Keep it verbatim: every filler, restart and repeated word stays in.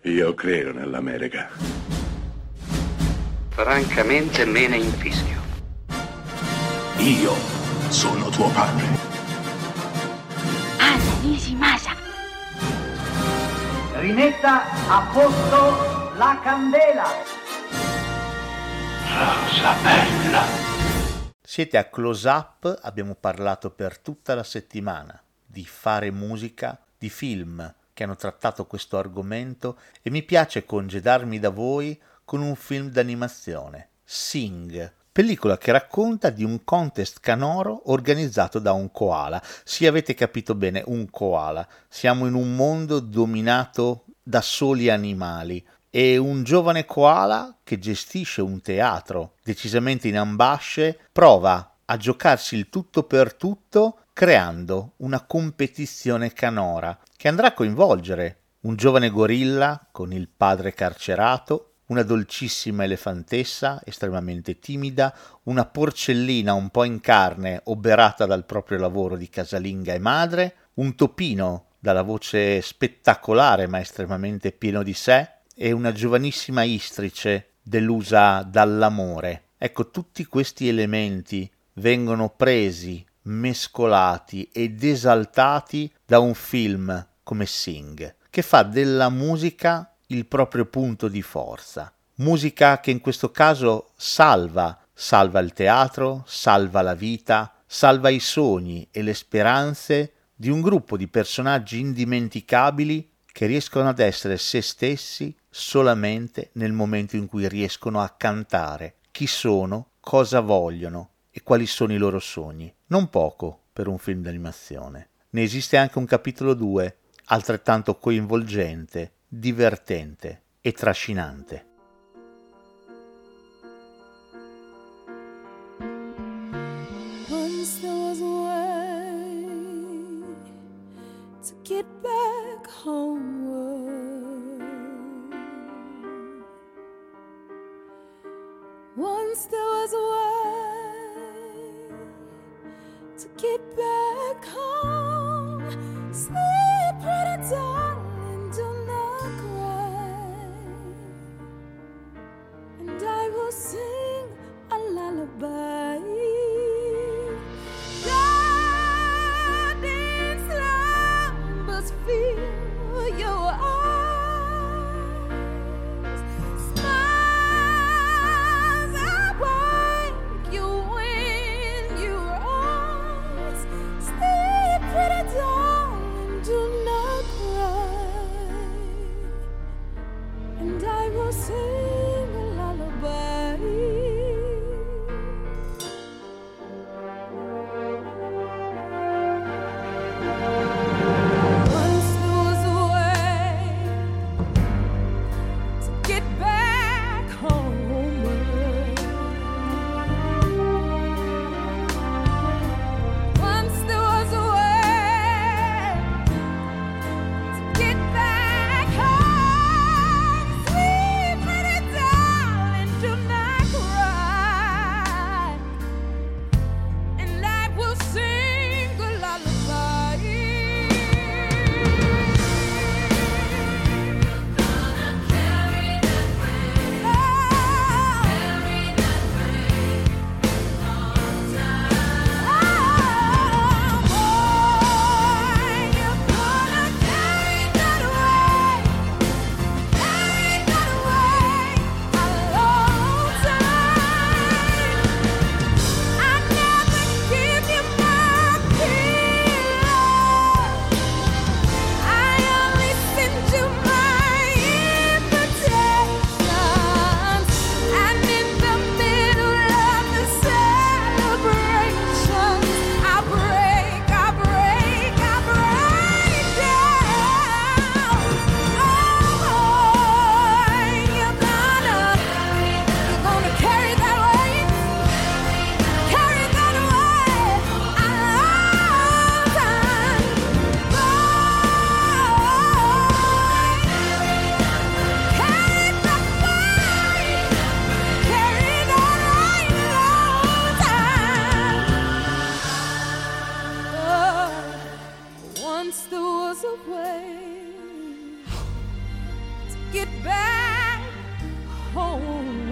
Io credo nell'America. Francamente me ne infischio. Io sono tuo padre. Anna Nishimasa. Rimetta a posto la candela. Rosa bella. Siete a Close Up, abbiamo parlato per tutta la settimana di fare musica, di film che hanno trattato questo argomento e mi piace congedarmi da voi con un film d'animazione, Sing, pellicola che racconta di un contest canoro organizzato da un koala. Sì, avete capito bene, un koala. Siamo in un mondo dominato da soli animali e un giovane koala che gestisce un teatro decisamente in ambasce prova a giocarsi il tutto per tutto creando una competizione canora che andrà a coinvolgere un giovane gorilla con il padre carcerato, una dolcissima elefantessa estremamente timida, una porcellina un po' in carne oberata dal proprio lavoro di casalinga e madre, un topino dalla voce spettacolare ma estremamente pieno di sé e una giovanissima istrice delusa dall'amore. Ecco, tutti questi elementi vengono presi, mescolati ed esaltati da un film come Sing, che fa della musica il proprio punto di forza. Musica che in questo caso salva, salva il teatro, salva la vita, salva i sogni e le speranze di un gruppo di personaggi indimenticabili che riescono ad essere se stessi solamente nel momento in cui riescono a cantare chi sono, cosa vogliono e quali sono i loro sogni. Non poco per un film d'animazione. Ne esiste anche un capitolo due, altrettanto coinvolgente, divertente e trascinante. Once there was a way to get back homeward. Once there was a way to get back home. Sleep, pretty darling, do not cry, and I will sing a lullaby. God in slumbers fill your eyes. Smiles awake you when you rise. Sleep, pretty darling, do not cry, and I will sing a lullaby. Once there was a way to get back home. Once there was a way to get back home. Sweet pretty get back home.